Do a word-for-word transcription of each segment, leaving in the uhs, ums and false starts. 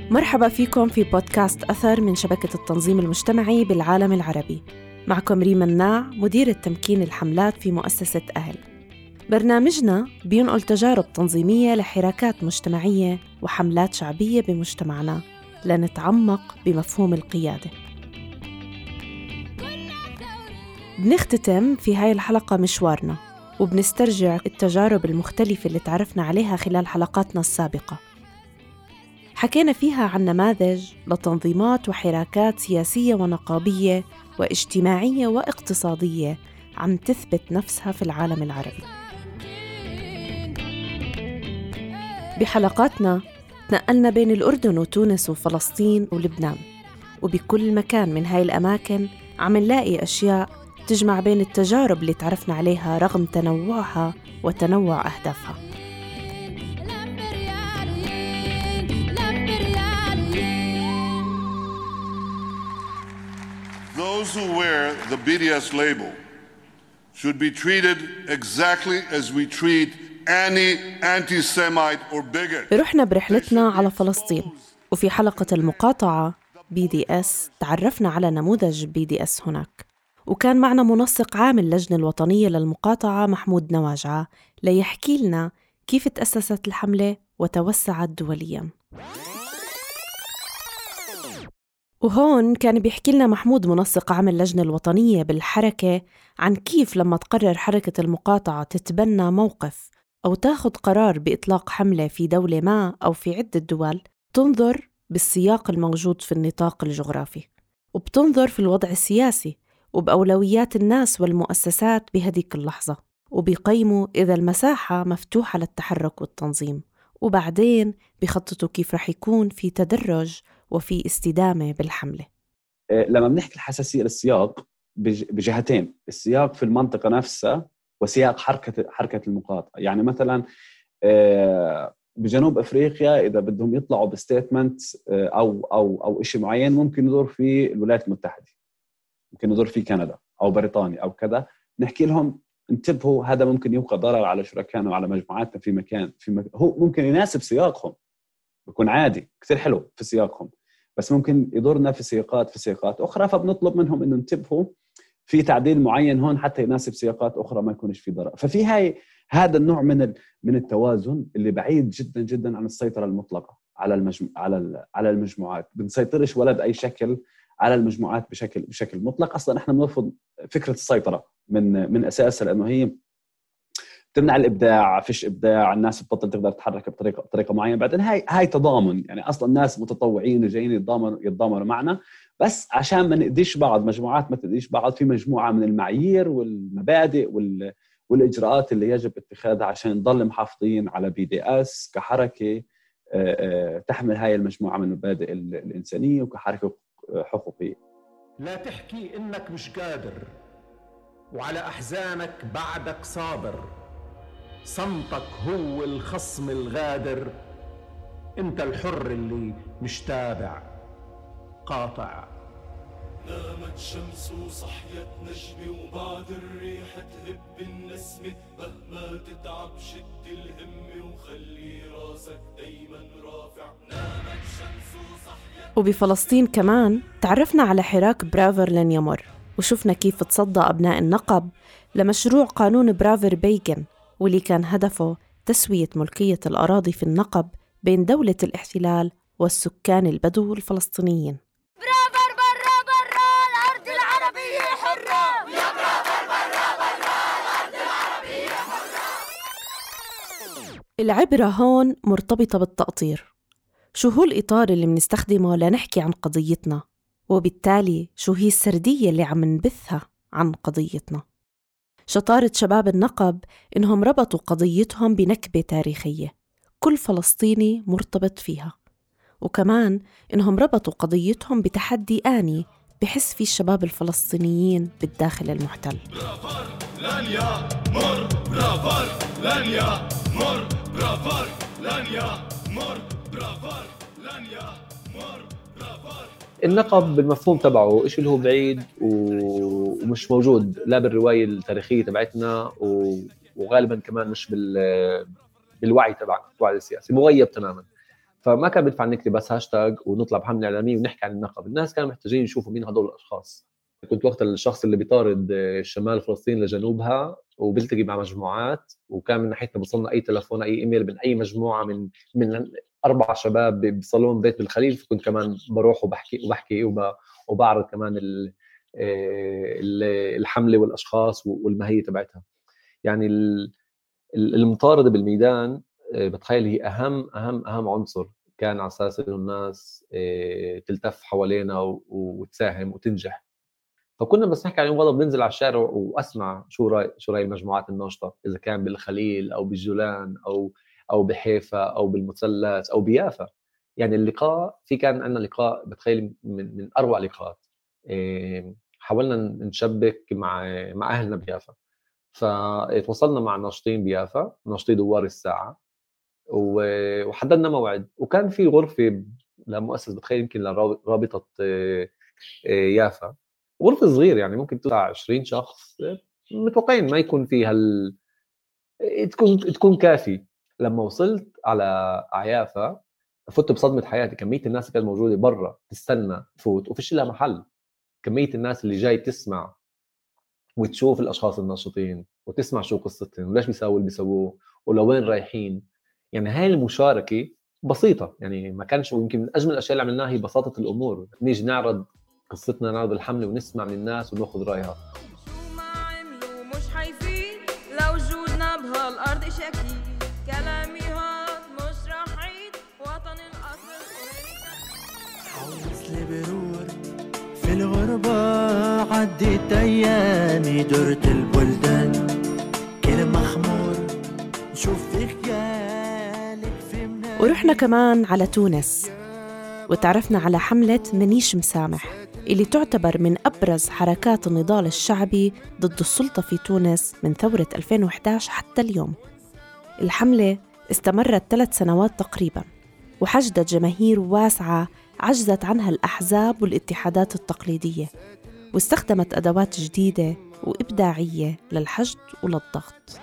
مرحبا فيكم في بودكاست أثر من شبكة التنظيم المجتمعي بالعالم العربي. معكم ريما الناع، مدير التمكين الحملات في مؤسسة أهل. برنامجنا بينقل تجارب تنظيمية لحراكات مجتمعية وحملات شعبية بمجتمعنا لنتعمق بمفهوم القيادة. بنختتم في هاي الحلقة مشوارنا وبنسترجع التجارب المختلفة اللي تعرفنا عليها خلال حلقاتنا السابقة. حكينا فيها عن نماذج لتنظيمات وحراكات سياسية ونقابية واجتماعية واقتصادية عم تثبت نفسها في العالم العربي. بحلقاتنا تنقلنا بين الأردن وتونس وفلسطين ولبنان، وبكل مكان من هاي الأماكن عم نلاقي أشياء تجمع بين التجارب اللي تعرفنا عليها رغم تنوعها وتنوع أهدافها. Those who wear the B D S label should be treated exactly as we treat any anti-Semite or bigot. رحنا برحلتنا على فلسطين، وفي حلقة المقاطعة بي دي إس تعرفنا على نموذج بي دي إس هناك، وكان معنا منسق عام اللجنة الوطنية للمقاطعة محمود نواجعة ليحكي لنا كيف تأسست الحملة وتوسعت دولياً. وهون كان بيحكي لنا محمود منسق عام اللجنة الوطنية بالحركة عن كيف لما تقرر حركة المقاطعة تتبنى موقف أو تاخد قرار بإطلاق حملة في دولة ما أو في عدة دول، تنظر بالسياق الموجود في النطاق الجغرافي، وبتنظر في الوضع السياسي وبأولويات الناس والمؤسسات بهديك اللحظة، وبيقيموا إذا المساحة مفتوحة للتحرك والتنظيم، وبعدين بيخططوا كيف رح يكون في تدرج وفي استدامة بالحملة. لما بنحكي الحساسية للسياق بجهتين، السياق في المنطقة نفسها وسياق حركة حركة المقاطعة. يعني مثلا بجنوب أفريقيا إذا بدهم يطلعوا بستيتمنت أو أو أو إشي معين، ممكن يدور في الولايات المتحدة، ممكن يدور في كندا أو بريطانيا أو كذا، نحكي لهم انتبهوا، هذا ممكن يوقع ضرر على شركائنا وعلى مجموعاتنا في مكان في مكان هو ممكن يناسب سياقهم، بيكون عادي كتير حلو في سياقهم، بس ممكن يضرنا في سياقات في سياقات أخرى، فبنطلب منهم إنه انتبهوا في تعديل معين هون حتى يناسب سياقات أخرى ما يكونش في ضرر. ففي هاي هذا النوع من من التوازن اللي بعيد جدا جدا عن السيطرة المطلقة على المجموع على على المجموعات. بنسيطرش ولا بأي شكل على المجموعات بشكل بشكل مطلق. أصلا إحنا بنرفض فكرة السيطرة من من أساسها، لأنه هي تمنع الإبداع، فيش إبداع، الناس بتبطل تقدر تتحرك بطريقة بطريقة معينة. بعدين هاي هاي تضامن، يعني أصلا الناس متطوعين وجايين يتضامنوا يتضامنوا معنا، بس عشان ما نأذيش بعض، مجموعات ما تأذيش بعض، في مجموعة من المعايير والمبادئ وال والإجراءات اللي يجب اتخاذها عشان نضل محافظين على بي دي إس كحركة تحمل هاي المجموعة من المبادئ الإنسانية وكحركة حقوقية. لا تحكي إنك مش قادر وعلى أحزانك بعدك صابر، صمتك هو الخصم الغادر، انت الحر اللي مش تابع قاطع. نامت شمس وصحيت نجمي وبعد الريح تهب النسمة، مهما تتعب شد الهمة وخلي راسك دايما رافع. نامت شمس وصحيت. وبفلسطين كمان تعرفنا على حراك برافر لن يمر، وشفنا كيف تصدى أبناء النقب لمشروع قانون برافر بيغن، واللي كان هدفه تسوية ملكية الأراضي في النقب بين دولة الاحتلال والسكان البدو الفلسطينيين. برافر برا برا الأرض العربية حرة، يا برافر برا برا الأرض العربية حرة. العبرة هون مرتبطة بالتقطير. شو هو الإطار اللي منستخدمه لنحكي عن قضيتنا، وبالتالي شو هي السردية اللي عم نبثها عن قضيتنا. شطارة شباب النقب إنهم ربطوا قضيتهم بنكبة تاريخية كل فلسطيني مرتبط فيها، وكمان إنهم ربطوا قضيتهم بتحدي آني بحس فيه الشباب الفلسطينيين بالداخل المحتل. برافر لن يمر، برافر لن يمر، برافر لن يمر، برافر لن يمر، برافر. النقب بالمفهوم تبعه إيش اللي هو بعيد ومش موجود لا بالرواية التاريخية تبعتنا، وغالبا كمان مش بالوعي تبع الوعي السياسي، مغيب تماما. فما كان بينفع نكتب بس هاشتاج ونطلع بحملة إعلامية ونحكي عن النقب. الناس كانوا محتاجين يشوفوا مين هدول الأشخاص. كنت وقت الشخص اللي بيطارد شمال فلسطين لجنوبها وبلتقي مع مجموعات، وكان من ناحيتنا بوصلنا أي تلفون أي إيميل من أي مجموعة من من أربع شباب بصالون بيت بالخليل، فكنت كمان بروح وبحكي وبحكي وب... وبعرض كمان ال... الحملة والأشخاص والماهية تبعتها. يعني المطاردة بالميدان بتخيل هي أهم أهم أهم عنصر كان على أساس إنه الناس تلتف حوالينا وتساهم وتنجح. فكنا بس نحكي عن غضب، بننزل على الشارع وأسمع شو رأي شو رأي المجموعات الناشطة، إذا كان بالخليل أو بالجولان أو أو بحيفا أو بالمثلث أو بيافا. يعني اللقاء في كان عندنا لقاء بتخيل من من أروع لقاءات. حاولنا نشبك مع مع أهلنا بيافا، فتواصلنا مع ناشطين بيافا، ناشطي دوار الساعة، وحددنا موعد. وكان في غرفة لمؤسس بتخيل يمكن لرابطة يافا، غرفة صغير يعني ممكن توسع عشرين شخص، متوقعين ما يكون فيها ال... تكون تكون كافي. لما وصلت على عيافا فت بصدمة حياتي، كمية الناس اللي كانت موجودة برا تستنى فوت وفيش لها محل. كمية الناس اللي جاي تسمع وتشوف الأشخاص الناشطين وتسمع شو قصتهم وليش بيساووا اللي بيسووه ولوين رايحين. يعني هاي المشاركة بسيطة، يعني ما كانش، ويمكن من أجمل الأشياء اللي عملناها هي بساطة الأمور. نيجي نعرض قصتنا، نعرض الحملة ونسمع من الناس ونأخذ رأيها. شو ما عملوا مش حيفيد لو وجودنا بهالأرض إشي أكيد. كلامي هاد مش رح عيد وطن الأصل حوصلي برور في الغربة، عديت أيامي درت البلدان كل مخمور شوف في خيالك في منام. ورحنا كمان على تونس وتعرفنا على حملة منيش مسامح اللي تعتبر من أبرز حركات النضال الشعبي ضد السلطة في تونس من ثورة ألفين وإحدى عشر حتى اليوم. الحملة استمرت ثلاث سنوات تقريباً وحشدت جماهير واسعة عجزت عنها الأحزاب والاتحادات التقليدية، واستخدمت أدوات جديدة وإبداعية للحشد وللضغط.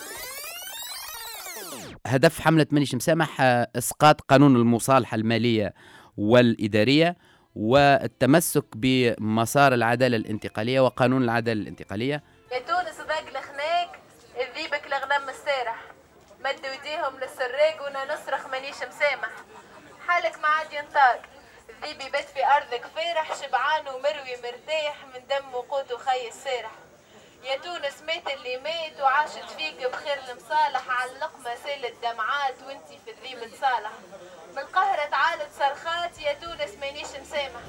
هدف حملة منيش مسامح إسقاط قانون المصالحة المالية والإدارية والتمسك بمسار العدالة الانتقالية وقانون العدالة الانتقالية. يا تونس ضاق الخناق الذيبك لغنم السارح، مدوا ايديهم للسراق ونا نصرخ منيش مسامح. حالك ما عاد ينطاق، الذيب يبات في أرضك فرح، شبعان ومروي مرتاح من دم وقوت وخي السارح. يا تونس مات اللي مات وعاشت فيك بخير المصالح، على اللقمة سالت دمعات وانتي في الذيب تصالح. من القهرة تعالت صرخات يا تونس مانيش مسامح.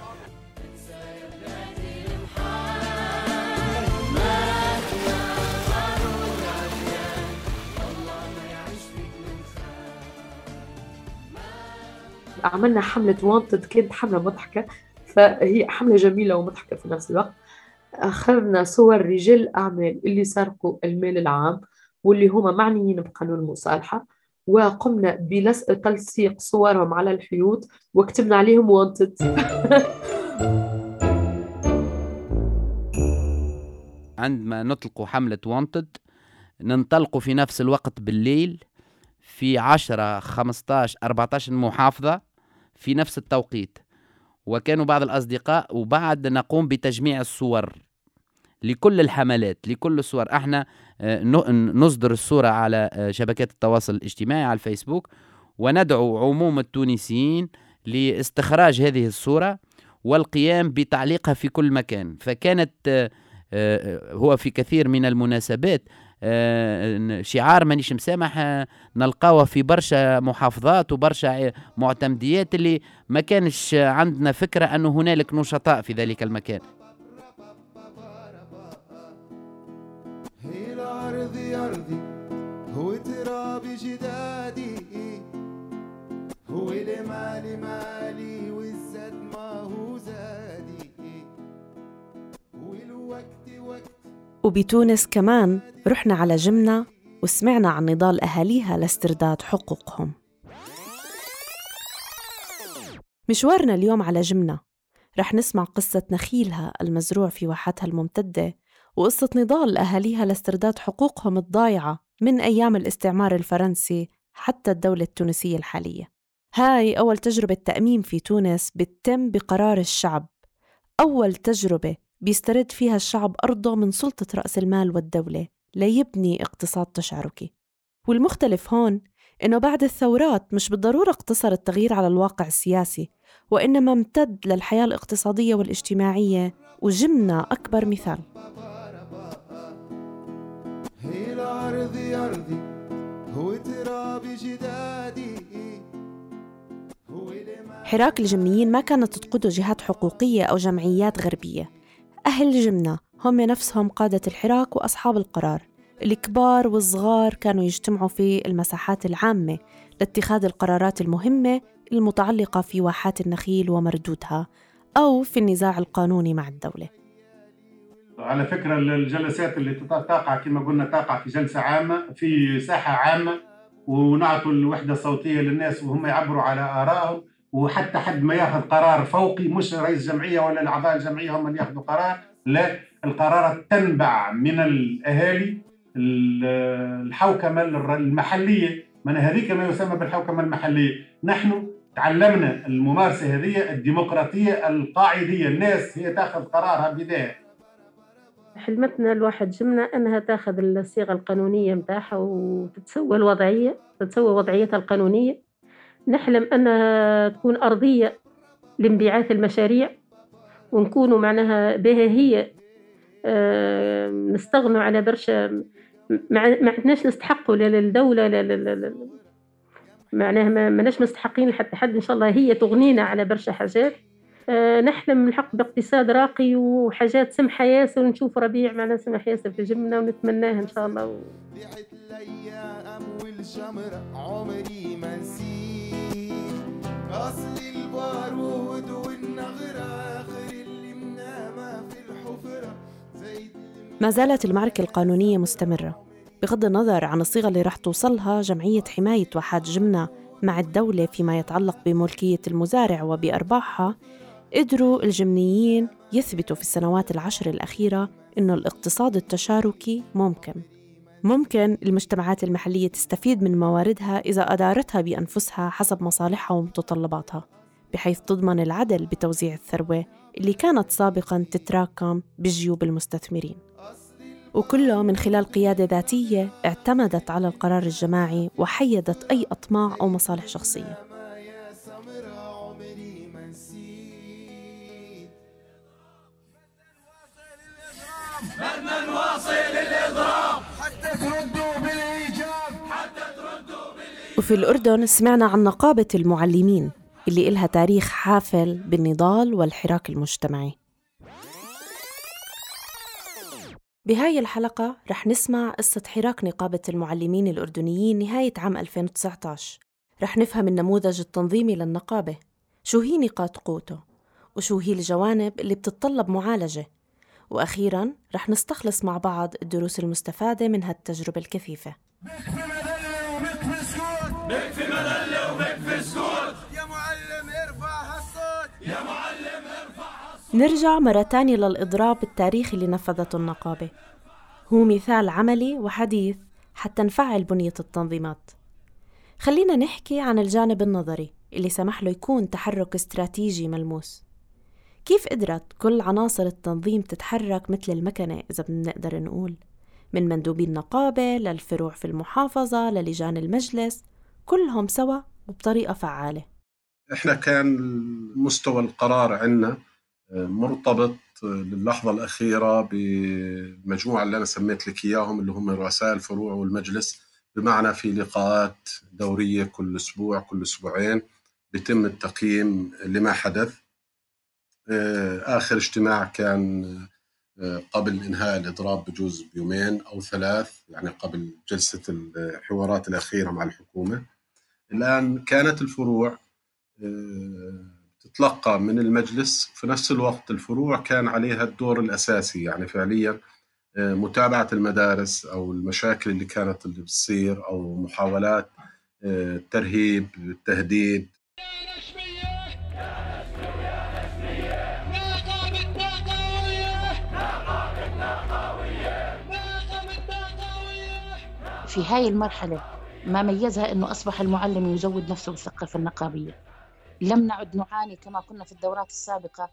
عملنا حملة وانتد، كانت حملة مضحكة، فهي حملة جميلة ومضحكة في نفس الوقت. أخذنا صور رجال الأعمال اللي سرقوا المال العام واللي هم معنيين بقانون المصالحة، وقمنا بتلصيق صورهم على الحيوط وكتبنا عليهم وانتد. عندما نطلق حملة وانتد ننطلق في نفس الوقت بالليل في عشرة خمستاشر أربعتاشر محافظة في نفس التوقيت، وكانوا بعض الأصدقاء، وبعد نقوم بتجميع الصور لكل الحملات لكل الصور. احنا نصدر الصورة على شبكات التواصل الاجتماعي على الفيسبوك، وندعو عموم التونسيين لاستخراج هذه الصورة والقيام بتعليقها في كل مكان. فكانت هو في كثير من المناسبات شعار مانيش مسامح نلقاوه في برشا محافظات وبرشا معتمديات اللي ما كانش عندنا فكرة أنه هنالك نشطاء في ذلك المكان. هي الأرض أرضي هو ترابي جدادي، هو المالي مالي والزاد ما هو زادي، هو الوقت وقت. وبتونس كمان رحنا على جمنة وسمعنا عن نضال أهاليها لاسترداد حقوقهم. مشوارنا اليوم على جمنة رح نسمع قصة نخيلها المزروع في واحاتها الممتدة، وقصة نضال أهاليها لاسترداد حقوقهم الضايعة من أيام الاستعمار الفرنسي حتى الدولة التونسية الحالية. هاي أول تجربة تأميم في تونس بتتم بقرار الشعب، أول تجربة بيسترد فيها الشعب أرضه من سلطة رأس المال والدولة ليبني اقتصاد تشاركي. والمختلف هون إنه بعد الثورات مش بالضرورة اقتصر التغيير على الواقع السياسي، وإنما امتد للحياة الاقتصادية والاجتماعية، وجمنا أكبر مثال. هي الأرض أرضي هو ترابي جدادي. حراك الجمنيين ما كانت تقوده جهات حقوقية أو جمعيات غربية. أهل جمنة هم نفسهم قادة الحراك وأصحاب القرار. الكبار والصغار كانوا يجتمعوا في المساحات العامة لاتخاذ القرارات المهمة المتعلقة في واحات النخيل ومردودها أو في النزاع القانوني مع الدولة. على فكرة الجلسات اللي تقع كما قلنا تقع في جلسة عامة في ساحة عامة، ونعطوا الوحدة الصوتية للناس وهم يعبروا على آرائهم، وحتى حد ما ياخذ قرار فوقي، مش رئيس جمعية ولا الأعضاء الجمعية هم اللي ياخذوا قرار، لا، القرارات تنبع من الأهالي، الحوكمة المحلية، من هذيك ما يسمى بالحوكمة المحلية. نحن تعلمنا الممارسة هذه الديمقراطية القاعدية، الناس هي تاخذ قرارها بذاتها. حلمتنا الواحد جمنا أنها تاخذ الصيغة القانونية متاعها وتتسوى الوضعية، تتسوى وضعيتها القانونية. نحلم أنها تكون أرضية لانبعاث المشاريع، ونكونوا معناها بها هي نستغنوا على برشا، ما عندناش نستحقوا للدولة، معناها ما مناش مستحقين لحتى حد. إن شاء الله هي تغنينا على برشا حاجات. نحلم الحق باقتصاد راقي وحاجات سمحة ياسر، ونشوف ربيع معنا سمح ياسر في جمنا ونتمناها إن شاء الله. ضيعت الأيام والجمرة عمري ما نسيت، أصل البارود والنغرة آخر اللي منامة في الحفرة. ما زالت المعركة القانونية مستمرة بغض النظر عن الصيغة اللي رح توصلها جمعية حماية واحات جمنة مع الدولة فيما يتعلق بملكية المزارع وبأرباحها. قدروا الجمنيين يثبتوا في السنوات العشر الأخيرة إنه الاقتصاد التشاركي ممكن. ممكن المجتمعات المحلية تستفيد من مواردها إذا أدارتها بأنفسها حسب مصالحها ومتطلباتها، بحيث تضمن العدل بتوزيع الثروة اللي كانت سابقاً تتراكم بجيوب المستثمرين، وكله من خلال قيادة ذاتية اعتمدت على القرار الجماعي وحيدت أي أطماع أو مصالح شخصية. بدنا نواصل الإضراب حتى تردوا بالإيجاب، حتى تردوا بالإيجاب. وفي الأردن سمعنا عن نقابة المعلمين اللي إلها تاريخ حافل بالنضال والحراك المجتمعي. بهاي الحلقة رح نسمع قصة حراك نقابة المعلمين الأردنيين نهاية عام ألفين وتسعة عشر. رح نفهم النموذج التنظيمي للنقابة، شو هي نقاط قوته، وشو هي الجوانب اللي بتتطلب معالجة، وأخيراً رح نستخلص مع بعض الدروس المستفادة من هالتجربة الكثيفة. نكفي مذلة ونكفي سكوت، نكفي مذلة ونكفي سكوت، يا معلم ارفع هالصوت، يا معلم ارفع هالصوت. نرجع مرة تانية للإضراب التاريخي اللي نفذته النقابة. هو مثال عملي وحديث حتى نفعل بنية التنظيمات. خلينا نحكي عن الجانب النظري اللي سمح له يكون تحرك استراتيجي ملموس. كيف قدرت كل عناصر التنظيم تتحرك مثل المكنة إذا بنقدر نقول، من مندوبي النقابة للفروع في المحافظة للجان المجلس، كلهم سوا وبطريقة فعالة. إحنا كان مستوى القرار عندنا مرتبط للحظة الأخيرة بمجموعة اللي أنا سميت لك إياهم اللي هم رؤساء الفروع والمجلس، بمعنى في لقاءات دورية كل أسبوع كل أسبوعين بيتم التقييم لما حدث. آخر اجتماع كان قبل إنهاء الإضراب بجوز بيومين أو ثلاث، يعني قبل جلسة الحوارات الأخيرة مع الحكومة. الآن كانت الفروع تتلقى من المجلس، في نفس الوقت الفروع كان عليها الدور الأساسي، يعني فعليا متابعة المدارس أو المشاكل اللي كانت اللي بتصير أو محاولات الترهيب التهديد. في هاي المرحلة ما ميزها أنه أصبح المعلم يزود نفسه بالثقافة النقابية. لم نعد نعاني كما كنا في الدورات السابقة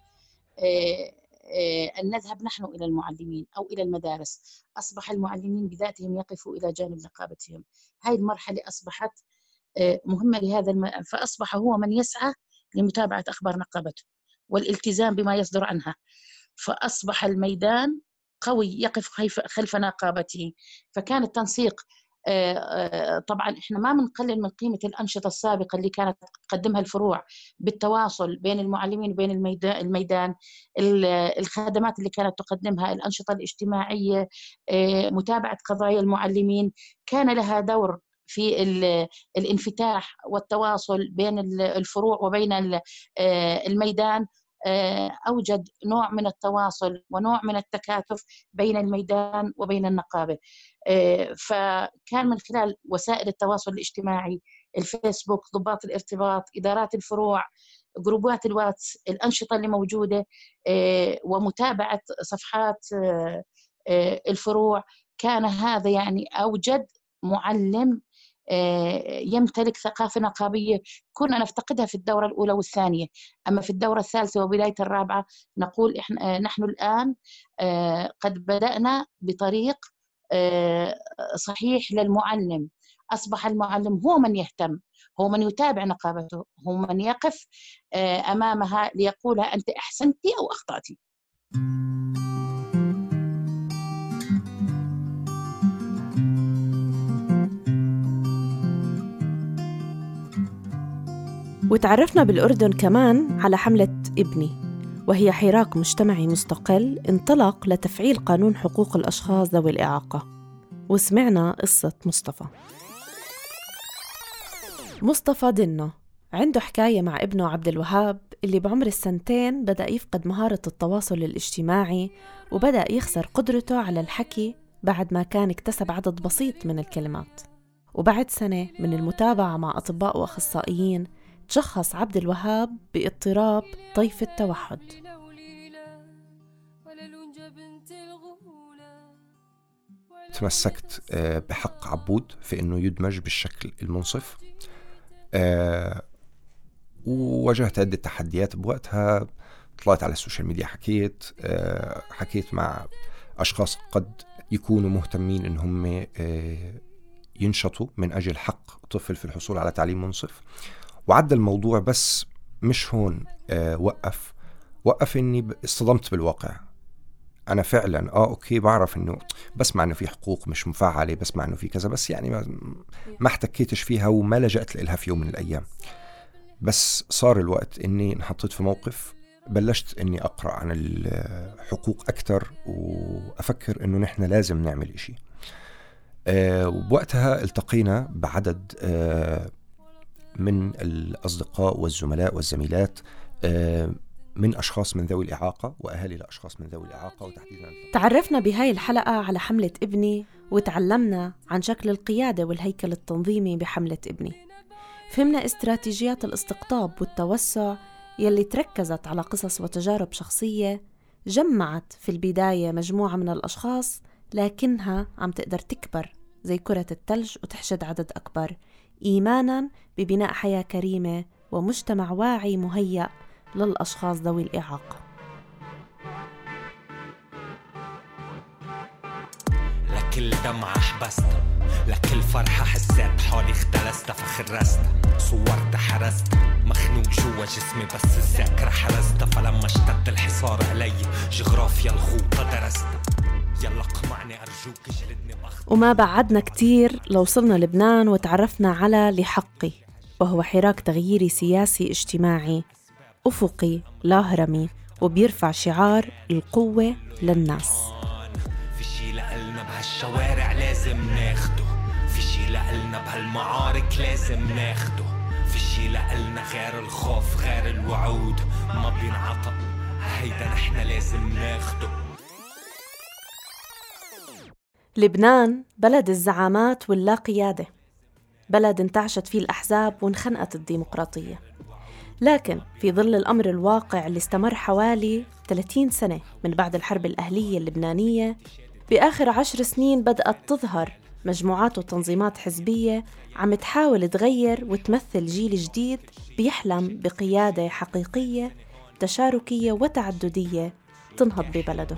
أن نذهب نحن إلى المعلمين أو إلى المدارس. أصبح المعلمين بذاتهم يقفوا إلى جانب نقابتهم. هاي المرحلة أصبحت مهمة لهذا الم... فأصبح هو من يسعى لمتابعة أخبار نقابته والالتزام بما يصدر عنها. فأصبح الميدان قوي يقف خلف نقابته. فكان التنسيق طبعا احنا ما بنقلل من قيمة الأنشطة السابقة اللي كانت تقدمها الفروع بالتواصل بين المعلمين وبين الميدان، الخدمات اللي كانت تقدمها، الأنشطة الاجتماعية، متابعة قضايا المعلمين، كان لها دور في الانفتاح والتواصل بين الفروع وبين الميدان. أوجد نوع من التواصل ونوع من التكاتف بين الميدان وبين النقابة. فكان من خلال وسائل التواصل الاجتماعي، الفيسبوك، ضباط الارتباط، إدارات الفروع، جروبات الواتس، الأنشطة اللي موجودة ومتابعة صفحات الفروع، كان هذا يعني أوجد معلم يمتلك ثقافة نقابية كنا نفتقدها في الدورة الأولى والثانية. أما في الدورة الثالثة وبداية الرابعة نقول إحنا نحن الآن قد بدأنا بطريق صحيح للمعلم. أصبح المعلم هو من يهتم، هو من يتابع نقابته، هو من يقف أمامها ليقولها أنت أحسنتي أو أخطأتي. وتعرفنا بالأردن كمان على حملة ابني، وهي حراك مجتمعي مستقل انطلق لتفعيل قانون حقوق الأشخاص ذوي الإعاقة. وسمعنا قصة مصطفى. مصطفى دنو عنده حكاية مع ابنه عبد الوهاب اللي بعمر السنتين بدأ يفقد مهارة التواصل الاجتماعي وبدأ يخسر قدرته على الحكي بعد ما كان اكتسب عدد بسيط من الكلمات. وبعد سنة من المتابعة مع أطباء وأخصائيين تشخص عبد الوهاب باضطراب طيف التوحد. تمسكت بحق عبود في أنه يدمج بالشكل المنصف، وواجهت عدة تحديات بوقتها. طلعت على السوشيال ميديا، حكيت حكيت مع أشخاص قد يكونوا مهتمين أنهم ينشطوا من أجل حق طفل في الحصول على تعليم منصف. وعد الموضوع، بس مش هون آه وقف وقف إني اصطدمت بالواقع. أنا فعلا آه أوكي بعرف إنه بسمع إنه في حقوق مش مفعلة، بسمع إنه في كذا، بس يعني ما, ما احتكيتش فيها وما لجأت لها في يوم من الأيام. بس صار الوقت إني انحطيت في موقف، بلشت إني أقرأ عن الحقوق أكتر وأفكر إنه نحن لازم نعمل إشي. آه وبوقتها التقينا بعدد آه من الأصدقاء والزملاء والزميلات من أشخاص من ذوي الإعاقة وأهالي لأشخاص من ذوي الإعاقة. وتحديداً تعرفنا بهاي الحلقة على حملة ابني، وتعلمنا عن شكل القيادة والهيكل التنظيمي بحملة ابني. فهمنا استراتيجيات الاستقطاب والتوسع يلي تركزت على قصص وتجارب شخصية جمعت في البداية مجموعة من الأشخاص، لكنها عم تقدر تكبر زي كرة الثلج وتحشد عدد أكبر، إيماناً ببناء حياة كريمة ومجتمع واعي مهيأ للأشخاص ذوي الإعاقة. لكل دمعة حبست، لكل فرحة حسيت حالي اختلست، فخرست صورت حرست مخنوق جوا جسمي، بس الذاكرة حرست. فلما اشتد الحصار علي جغرافيا الخوطة درست. يلا اقمعني أرجوك جلدني بخط. وما بعدنا كتير لو وصلنا لبنان وتعرفنا على لحقي، وهو حراك تغييري سياسي اجتماعي أفقي لا هرمي، وبيرفع شعار القوة للناس. في شي لقلنا بهالشوارع لازم ناخده، في شي لقلنا بهالمعارك لازم ناخده، في شي لقلنا غير الخوف غير الوعود ما بينعطى، هيدا نحن لازم ناخده. لبنان بلد الزعامات واللا قيادة، بلد انتعشت فيه الأحزاب وانخنقت الديمقراطية. لكن في ظل الأمر الواقع اللي استمر حوالي ثلاثين سنة من بعد الحرب الأهلية اللبنانية، بآخر عشر سنين بدأت تظهر مجموعات وتنظيمات حزبية عم تحاول تغير وتمثل جيل جديد بيحلم بقيادة حقيقية تشاركية وتعددية تنهض ببلده.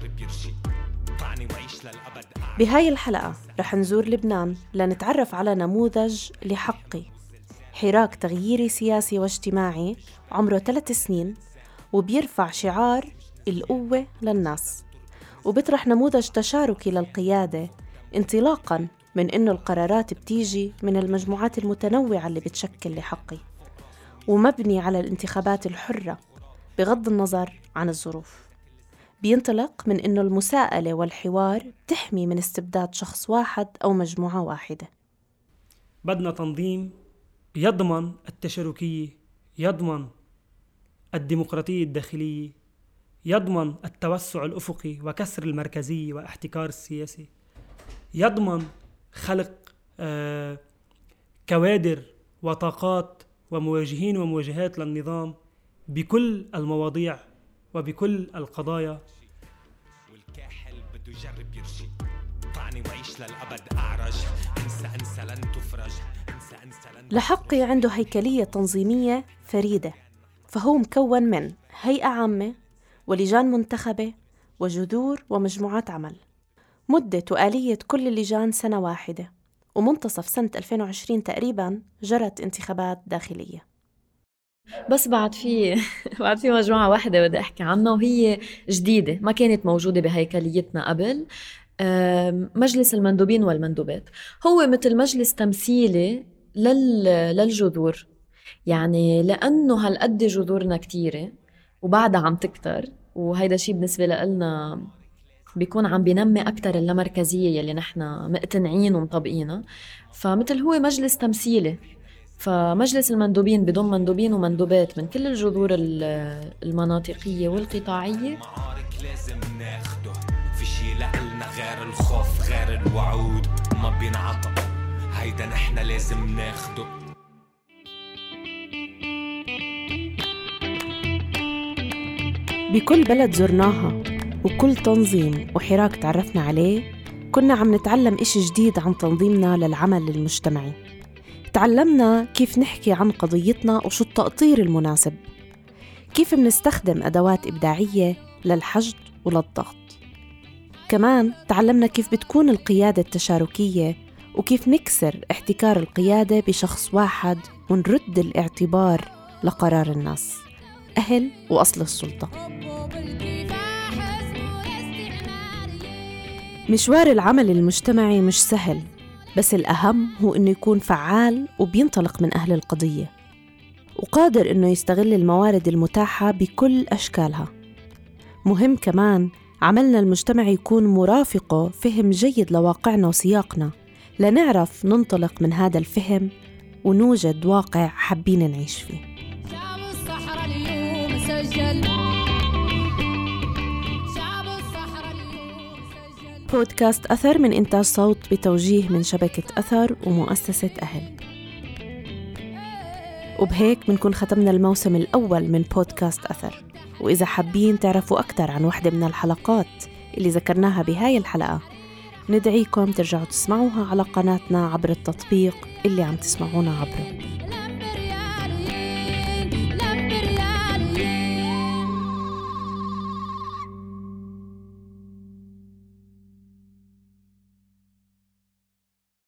بهاي الحلقة رح نزور لبنان لنتعرف على نموذج لحقي، حراك تغييري سياسي واجتماعي عمره ثلاث سنين وبيرفع شعار القوة للناس، وبيطرح نموذج تشاركي للقيادة انطلاقاً من إنه القرارات بتيجي من المجموعات المتنوعة اللي بتشكل لحقي، ومبني على الانتخابات الحرة بغض النظر عن الظروف. بينطلق من إنه المساءلة والحوار بتحمي من استبداد شخص واحد أو مجموعة واحدة. بدنا تنظيم يضمن التشاركية، يضمن الديمقراطية الداخلية، يضمن التوسع الأفقي وكسر المركزية واحتكار السياسي، يضمن خلق آه كوادر وطاقات ومواجهين ومواجهات للنظام بكل المواضيع وبكل القضايا. والكاحل بده يجرب يرشي طعني وعيش للأبد أعرج انسى انسى لن تفرج انسى انسى لن تفرج. لحقي عنده هيكلية تنظيمية فريدة، فهو مكون من هيئة عامة ولجان منتخبة وجذور ومجموعات عمل. مدة وآلية كل اللجان سنة واحدة، ومنتصف سنة ألفين وعشرين تقريباً جرت انتخابات داخلية. بس بعد في بعد في مجموعة واحدة بدي أحكي عنها وهي جديدة ما كانت موجودة بهيكليتنا قبل، مجلس المندوبين والمندوبات. هو مثل مجلس تمثيلي لل... للجذور، يعني لأنه هالقد جذورنا كتيرة وبعدها عم تكتر، وهيدا شيء بالنسبة لنا بيكون عم بينمي أكتر اللامركزية يلي نحن مقتنعين ومطبقينها، فمثل هو مجلس تمثيلي. فمجلس المندوبين بضم مندوبين ومندوبات من كل الجذور المناطقية والقطاعية. معارك لازم ناخده، في شي لقلنا غير الخوف غير الوعود ما بينعطى، هيدا نحن لازم ناخده. بكل بلد زرناها وكل تنظيم وحراك تعرفنا عليه كنا عم نتعلم إشي جديد عن تنظيمنا للعمل المجتمعي. تعلمنا كيف نحكي عن قضيتنا وشو التقطير المناسب، كيف منستخدم أدوات إبداعية للحشد وللضغط. كمان تعلمنا كيف بتكون القيادة التشاركية وكيف نكسر احتكار القيادة بشخص واحد ونرد الاعتبار لقرار الناس، أهل وأصل السلطة. مشوار العمل المجتمعي مش سهل، بس الأهم هو إنه يكون فعال وبينطلق من أهل القضية وقادر إنه يستغل الموارد المتاحة بكل أشكالها. مهم كمان عملنا المجتمعي يكون مرافقه فهم جيد لواقعنا وسياقنا، لنعرف ننطلق من هذا الفهم ونوجد واقع حابين نعيش فيه. شعب الصحراء اليوم سجل، بودكاست أثر من إنتاج صوت بتوجيه من شبكة أثر ومؤسسة أهل. وبهيك بنكون ختمنا الموسم الأول من بودكاست أثر. وإذا حابين تعرفوا أكثر عن واحدة من الحلقات اللي ذكرناها بهاي الحلقة، ندعيكم ترجعوا تسمعوها على قناتنا عبر التطبيق اللي عم تسمعونا عبره.